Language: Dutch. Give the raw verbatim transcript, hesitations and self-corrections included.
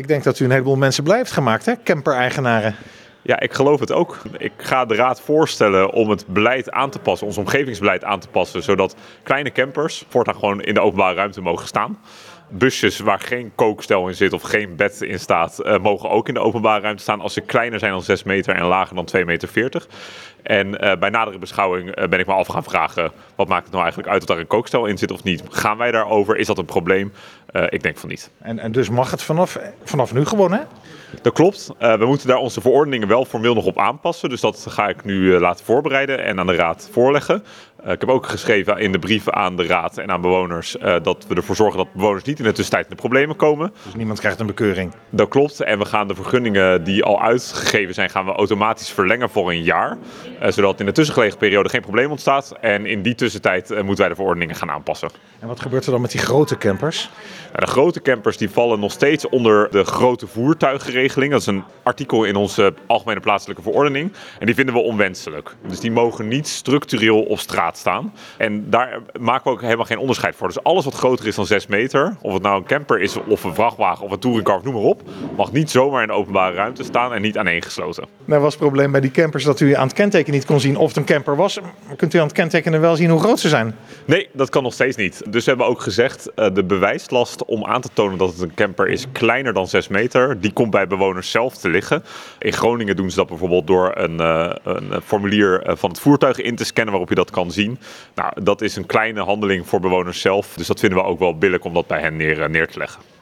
Ik denk dat u een heleboel mensen blij heeft gemaakt, hè? Camper-eigenaren. Ja, ik geloof het ook. Ik ga de Raad voorstellen om het beleid aan te passen, ons omgevingsbeleid aan te passen, zodat kleine campers voortaan gewoon in de openbare ruimte mogen staan. Busjes waar geen kookstel in zit of geen bed in staat, uh, mogen ook in de openbare ruimte staan als ze kleiner zijn dan zes meter en lager dan twee meter veertig. En uh, bij nadere beschouwing uh, ben ik me af gaan vragen, wat maakt het nou eigenlijk uit of daar een kookstel in zit of niet? Gaan wij daarover? Is dat een probleem? Uh, ik denk van niet. En, en dus mag het vanaf, vanaf nu gewoon, hè? Dat klopt. Uh, we moeten daar onze verordeningen wel formeel nog op aanpassen. Dus dat ga ik nu uh, laten voorbereiden en aan de Raad voorleggen. Uh, ik heb ook geschreven in de brieven aan de Raad en aan bewoners uh, dat we ervoor zorgen dat bewoners niet in de tussentijd in de problemen komen. Dus niemand krijgt een bekeuring. Dat klopt. En we gaan de vergunningen die al uitgegeven zijn, gaan we automatisch verlengen voor een jaar. Uh, zodat in de tussengelegen periode geen probleem ontstaat. En in die tussentijd uh, moeten wij de verordeningen gaan aanpassen. En wat gebeurt er dan met die grote campers? Nou, de grote campers die vallen nog steeds onder de grote voertuigenregeling. Dat is een artikel in onze algemene plaatselijke verordening. En die vinden we onwenselijk. Dus die mogen niet structureel op straat staan. En daar maken we ook helemaal geen onderscheid voor. Dus alles wat groter is dan zes meter, of het nou een camper is of een vrachtwagen of een touringcar of noem maar op, mag niet zomaar in de openbare ruimte staan en niet aaneengesloten. Nou was het probleem bij die campers dat u aan het kenteken niet kon zien of het een camper was. Kunt u aan het kentekenen wel zien hoe groot ze zijn? Nee, dat kan nog steeds niet. Dus we hebben ook gezegd, uh, de bewijslast om aan te tonen dat het een camper is kleiner dan zes meter, die komt bij bewoners zelf te liggen. In Groningen doen ze dat bijvoorbeeld door een, uh, een formulier van het voertuig in te scannen waarop je dat kan zien. Nou, dat is een kleine handeling voor bewoners zelf, dus dat vinden we ook wel billijk om dat bij hen neer, neer te leggen.